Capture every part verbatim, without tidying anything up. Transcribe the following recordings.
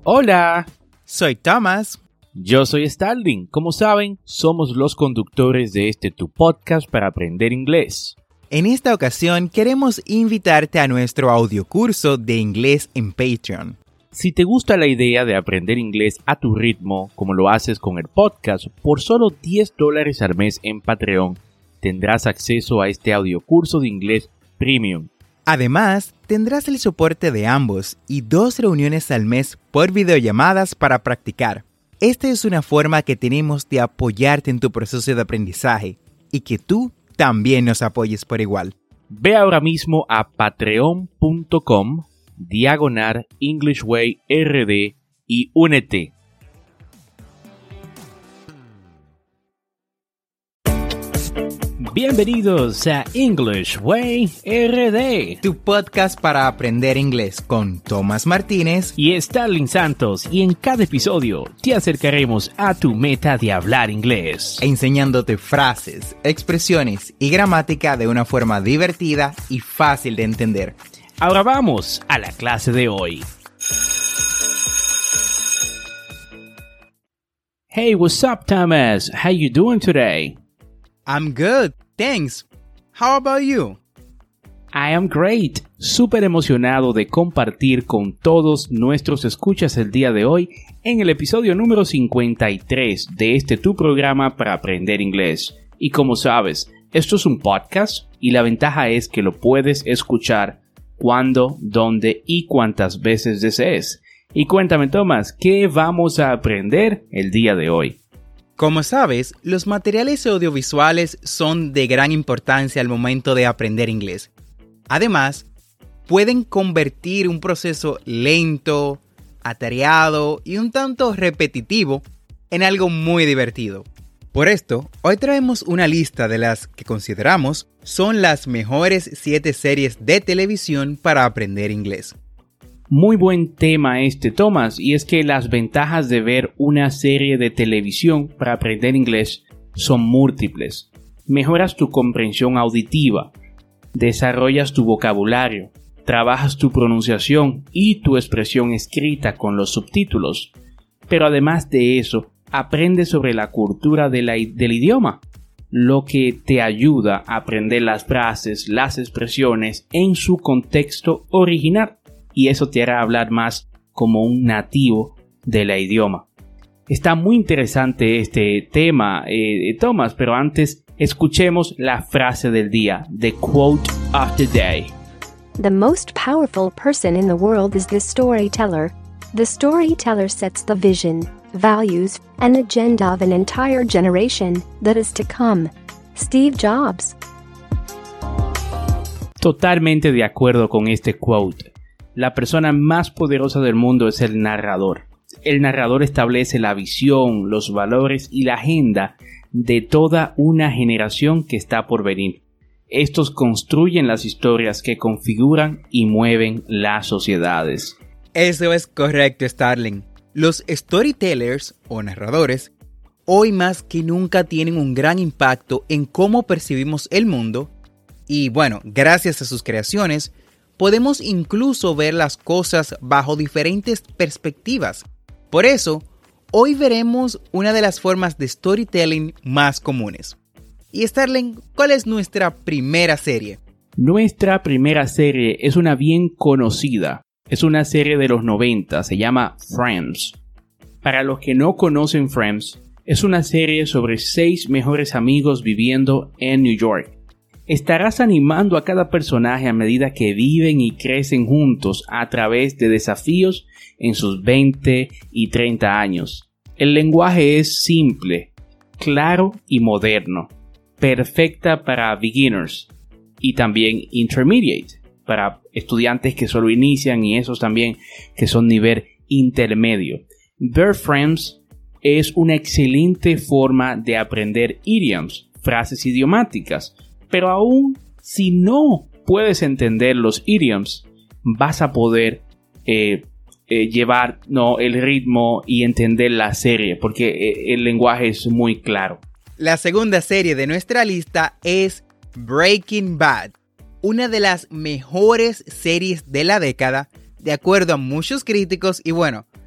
Hola, soy Thomas. Yo soy Starling. Como saben, somos los conductores de este tu podcast para aprender inglés. En esta ocasión queremos invitarte a nuestro audiocurso de inglés en Patreon. Si te gusta la idea de aprender inglés a tu ritmo, como lo haces con el podcast, por solo diez dólares al mes en Patreon, tendrás acceso a este audiocurso de inglés premium. Además, tendrás el soporte de ambos y dos reuniones al mes por videollamadas para practicar. Esta es una forma que tenemos de apoyarte en tu proceso de aprendizaje y que tú también nos apoyes por igual. Ve ahora mismo a patreon.com diagonal English Way R D y únete. Bienvenidos a English Way R D, tu podcast para aprender inglés con Tomás Martínez y Starling Santos, y en cada episodio te acercaremos a tu meta de hablar inglés, enseñándote frases, expresiones y gramática de una forma divertida y fácil de entender. Ahora vamos a la clase de hoy. Hey, what's up, Thomas? How you doing today? I'm good, thanks. How about you? I am great. Súper emocionado de compartir con todos nuestros escuchas el día de hoy en el episodio número cincuenta y tres de este tu programa para aprender inglés. Y como sabes, esto es un podcast y la ventaja es que lo puedes escuchar cuando, dónde y cuántas veces desees. Y cuéntame, Tomás, ¿qué vamos a aprender el día de hoy? Como sabes, los materiales audiovisuales son de gran importancia al momento de aprender inglés. Además, pueden convertir un proceso lento, atareado y un tanto repetitivo en algo muy divertido. Por esto, hoy traemos una lista de las que consideramos son las mejores siete series de televisión para aprender inglés. Muy buen tema este, Tomás, y es que las ventajas de ver una serie de televisión para aprender inglés son múltiples. Mejoras tu comprensión auditiva, desarrollas tu vocabulario, trabajas tu pronunciación y tu expresión escrita con los subtítulos. Pero además de eso, aprendes sobre la cultura de la, del idioma, lo que te ayuda a aprender las frases, las expresiones en su contexto original. Y eso te hará hablar más como un nativo de la idioma. Está muy interesante este tema, eh, Thomas, pero antes escuchemos la frase del día, the quote of the day. The most powerful person in the world is the storyteller. The storyteller sets the vision, values, and agenda of an entire generation that is to come. Steve Jobs. Totalmente de acuerdo con este quote. La persona más poderosa del mundo es el narrador. El narrador establece la visión, los valores y la agenda de toda una generación que está por venir. Estos construyen las historias que configuran y mueven las sociedades. Eso es correcto, Starling. Los storytellers o narradores hoy más que nunca tienen un gran impacto en cómo percibimos el mundo y, bueno, gracias a sus creaciones, podemos incluso ver las cosas bajo diferentes perspectivas. Por eso, hoy veremos una de las formas de storytelling más comunes. Y Starling, ¿cuál es nuestra primera serie? Nuestra primera serie es una bien conocida. Es una serie de los noventa, se llama Friends. Para los que no conocen Friends, es una serie sobre seis mejores amigos viviendo en New York. Estarás animando a cada personaje a medida que viven y crecen juntos a través de desafíos en sus veinte y treinta años. El lenguaje es simple, claro y moderno, perfecta para beginners y también intermediate, para estudiantes que solo inician y esos también que son nivel intermedio. Ver Friends es una excelente forma de aprender idioms, frases idiomáticas. Pero aún si no puedes entender los idioms, vas a poder eh, eh, llevar no, el ritmo y entender la serie, porque eh, el lenguaje es muy claro. La segunda serie de nuestra lista es Breaking Bad, una de las mejores series de la década, de acuerdo a muchos críticos, y bueno,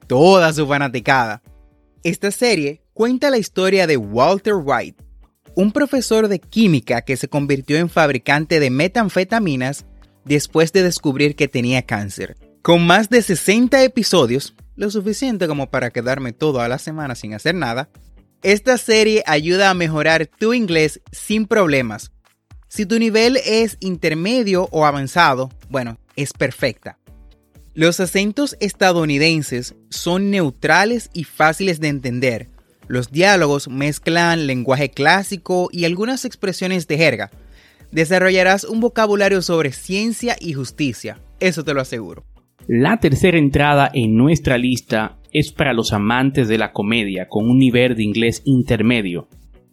toda su fanaticada. Esta serie cuenta la historia de Walter White, un profesor de química que se convirtió en fabricante de metanfetaminas después de descubrir que tenía cáncer. Con más de sesenta episodios, lo suficiente como para quedarme toda la semana sin hacer nada, esta serie ayuda a mejorar tu inglés sin problemas. Si tu nivel es intermedio o avanzado, bueno, es perfecta. Los acentos estadounidenses son neutrales y fáciles de entender. Los diálogos mezclan lenguaje clásico y algunas expresiones de jerga. Desarrollarás un vocabulario sobre ciencia y justicia, eso te lo aseguro. La tercera entrada en nuestra lista es para los amantes de la comedia con un nivel de inglés intermedio.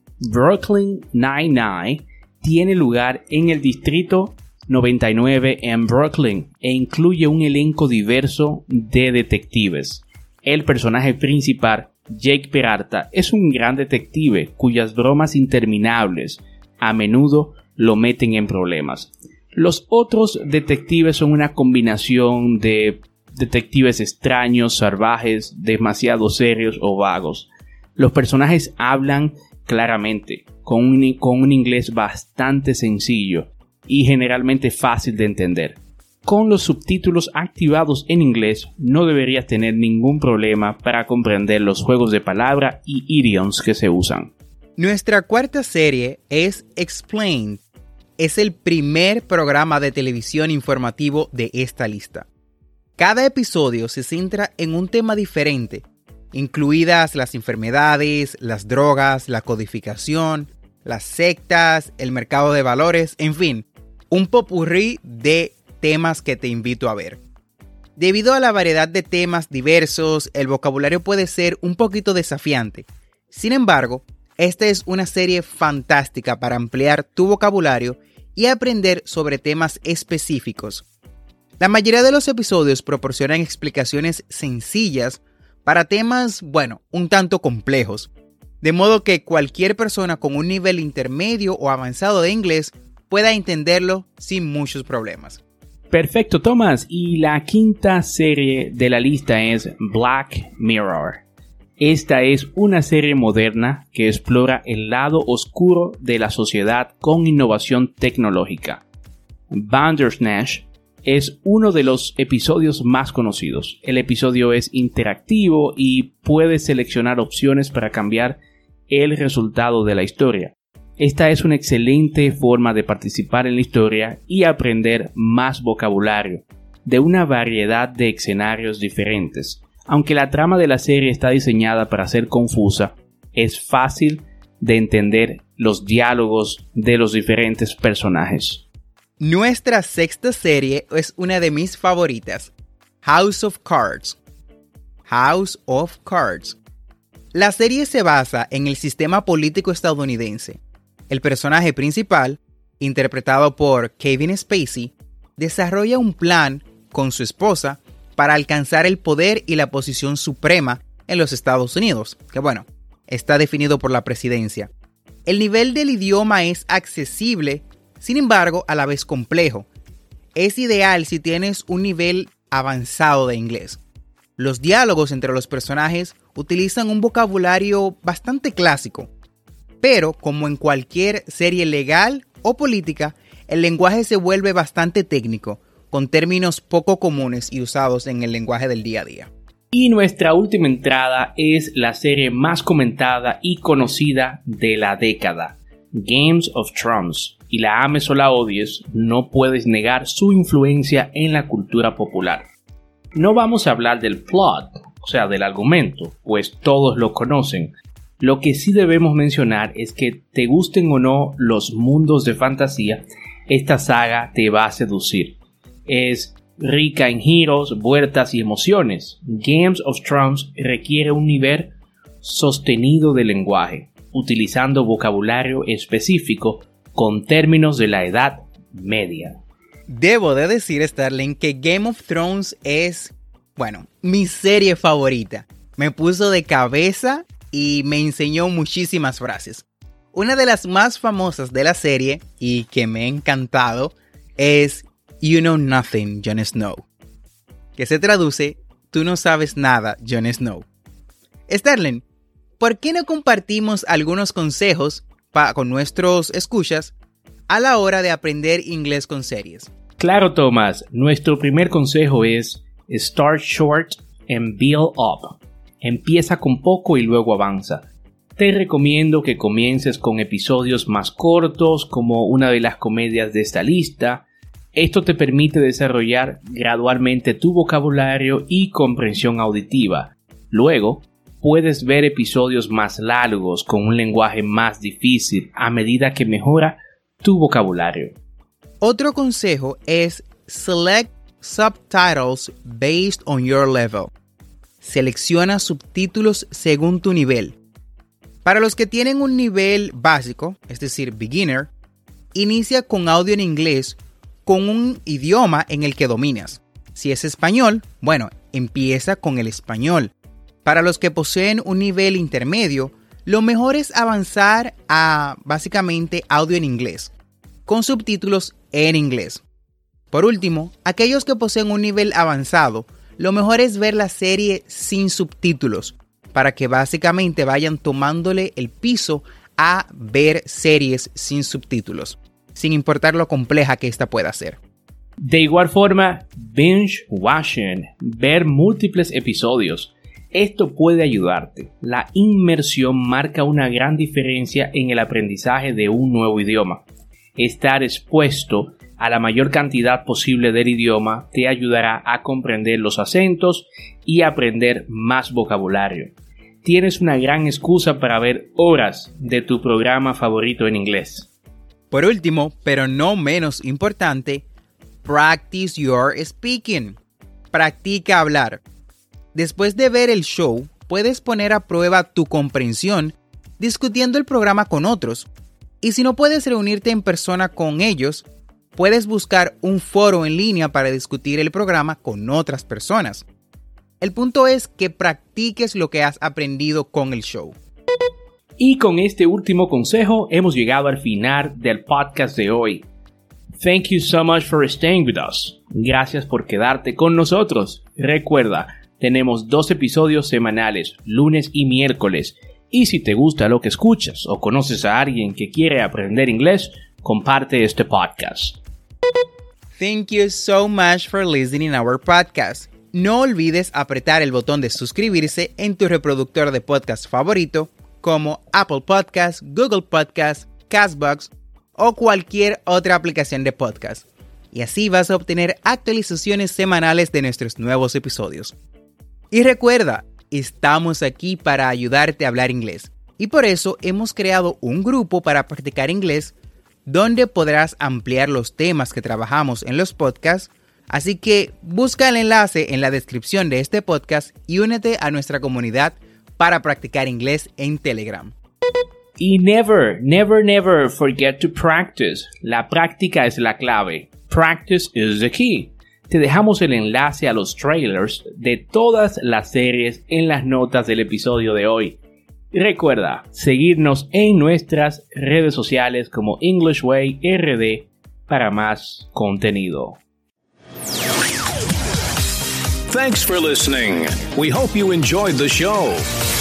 Brooklyn Nine-Nine tiene lugar en el distrito noventa y nueve en Brooklyn e incluye un elenco diverso de detectives. El personaje principal, Jake Peralta, es un gran detective cuyas bromas interminables a menudo lo meten en problemas. Los otros detectives son una combinación de detectives extraños, salvajes, demasiado serios o vagos. Los personajes hablan claramente, con un, con un inglés bastante sencillo y generalmente fácil de entender. Con los subtítulos activados en inglés, no deberías tener ningún problema para comprender los juegos de palabra y idioms que se usan. Nuestra cuarta serie es Explained. Es el primer programa de televisión informativo de esta lista. Cada episodio se centra en un tema diferente, incluidas las enfermedades, las drogas, la codificación, las sectas, el mercado de valores, en fin, un popurrí de temas que te invito a ver. Debido a la variedad de temas diversos, el vocabulario puede ser un poquito desafiante. Sin embargo, esta es una serie fantástica para ampliar tu vocabulario y aprender sobre temas específicos. La mayoría de los episodios proporcionan explicaciones sencillas para temas, bueno, un tanto complejos, de modo que cualquier persona con un nivel intermedio o avanzado de inglés pueda entenderlo sin muchos problemas. Perfecto, Tomás. Y la quinta serie de la lista es Black Mirror. Esta es una serie moderna que explora el lado oscuro de la sociedad con innovación tecnológica. Bandersnatch es uno de los episodios más conocidos. El episodio es interactivo y puedes seleccionar opciones para cambiar el resultado de la historia. Esta es una excelente forma de participar en la historia y aprender más vocabulario de una variedad de escenarios diferentes. Aunque la trama de la serie está diseñada para ser confusa, es fácil de entender los diálogos de los diferentes personajes. Nuestra sexta serie es una de mis favoritas, House of Cards. House of Cards. La serie se basa en el sistema político estadounidense. El personaje principal, interpretado por Kevin Spacey, desarrolla un plan con su esposa para alcanzar el poder y la posición suprema en los Estados Unidos, que bueno, está definido por la presidencia. El nivel del idioma es accesible, sin embargo, a la vez complejo. Es ideal si tienes un nivel avanzado de inglés. Los diálogos entre los personajes utilizan un vocabulario bastante clásico, pero como en cualquier serie legal o política, el lenguaje se vuelve bastante técnico, con términos poco comunes y usados en el lenguaje del día a día. Y nuestra última entrada es la serie más comentada y conocida de la década, Games of Thrones. Y la ames o la odies, no puedes negar su influencia en la cultura popular. No vamos a hablar del plot, o sea, del argumento, pues todos lo conocen. Lo que sí debemos mencionar es que, te gusten o no los mundos de fantasía, esta saga te va a seducir. Es rica en giros, vueltas y emociones. Games of Thrones requiere un nivel sostenido de lenguaje, utilizando vocabulario específico con términos de la Edad Media. Debo de decir, Starling, que Game of Thrones es, bueno, mi serie favorita. Me puso de cabeza y me enseñó muchísimas frases. Una de las más famosas de la serie, y que me ha encantado, es You know nothing, Jon Snow, que se traduce, tú no sabes nada, Jon Snow. Starling, ¿por qué no compartimos algunos consejos pa- con nuestros escuchas a la hora de aprender inglés con series? Claro, Tomás. Nuestro primer consejo es Start short and build up. Empieza con poco y luego avanza. Te recomiendo que comiences con episodios más cortos, como una de las comedias de esta lista. Esto te permite desarrollar gradualmente tu vocabulario y comprensión auditiva. Luego, puedes ver episodios más largos con un lenguaje más difícil a medida que mejora tu vocabulario. Otro consejo es select subtitles based on your level. Selecciona subtítulos según tu nivel. Para los que tienen un nivel básico, es decir, beginner, inicia con audio en inglés con un idioma en el que dominas. Si es español, bueno, empieza con el español. Para los que poseen un nivel intermedio, lo mejor es avanzar a básicamente audio en inglés, con subtítulos en inglés. Por último, aquellos que poseen un nivel avanzado, lo mejor es ver la serie sin subtítulos, para que básicamente vayan tomándole el piso a ver series sin subtítulos, sin importar lo compleja que ésta pueda ser. De igual forma, binge watching, ver múltiples episodios. Esto puede ayudarte. La inmersión marca una gran diferencia en el aprendizaje de un nuevo idioma. Estar expuesto a la mayor cantidad posible del idioma te ayudará a comprender los acentos y aprender más vocabulario. Tienes una gran excusa para ver horas de tu programa favorito en inglés. Por último, pero no menos importante, practice your speaking. Practica hablar. Después de ver el show, puedes poner a prueba tu comprensión discutiendo el programa con otros. Y si no puedes reunirte en persona con ellos, puedes buscar un foro en línea para discutir el programa con otras personas. El punto es que practiques lo que has aprendido con el show. Y con este último consejo hemos llegado al final del podcast de hoy. Thank you so much for staying with us. Gracias por quedarte con nosotros. Recuerda, tenemos dos episodios semanales, lunes y miércoles. Y si te gusta lo que escuchas o conoces a alguien que quiere aprender inglés, comparte este podcast. Thank you so much for listening to our podcast. No olvides apretar el botón de suscribirse en tu reproductor de podcast favorito, como Apple Podcasts, Google Podcasts, Castbox o cualquier otra aplicación de podcast. Y así vas a obtener actualizaciones semanales de nuestros nuevos episodios. Y recuerda, estamos aquí para ayudarte a hablar inglés. Y por eso hemos creado un grupo para practicar inglés donde podrás ampliar los temas que trabajamos en los podcasts. Así que busca el enlace en la descripción de este podcast y únete a nuestra comunidad para practicar inglés en Telegram. Y never, never, never forget to practice. La práctica es la clave. Practice is the key. Te dejamos el enlace a los trailers de todas las series en las notas del episodio de hoy. Recuerda seguirnos en nuestras redes sociales como English Way R D para más contenido. Thanks for listening. We hope you enjoyed the show.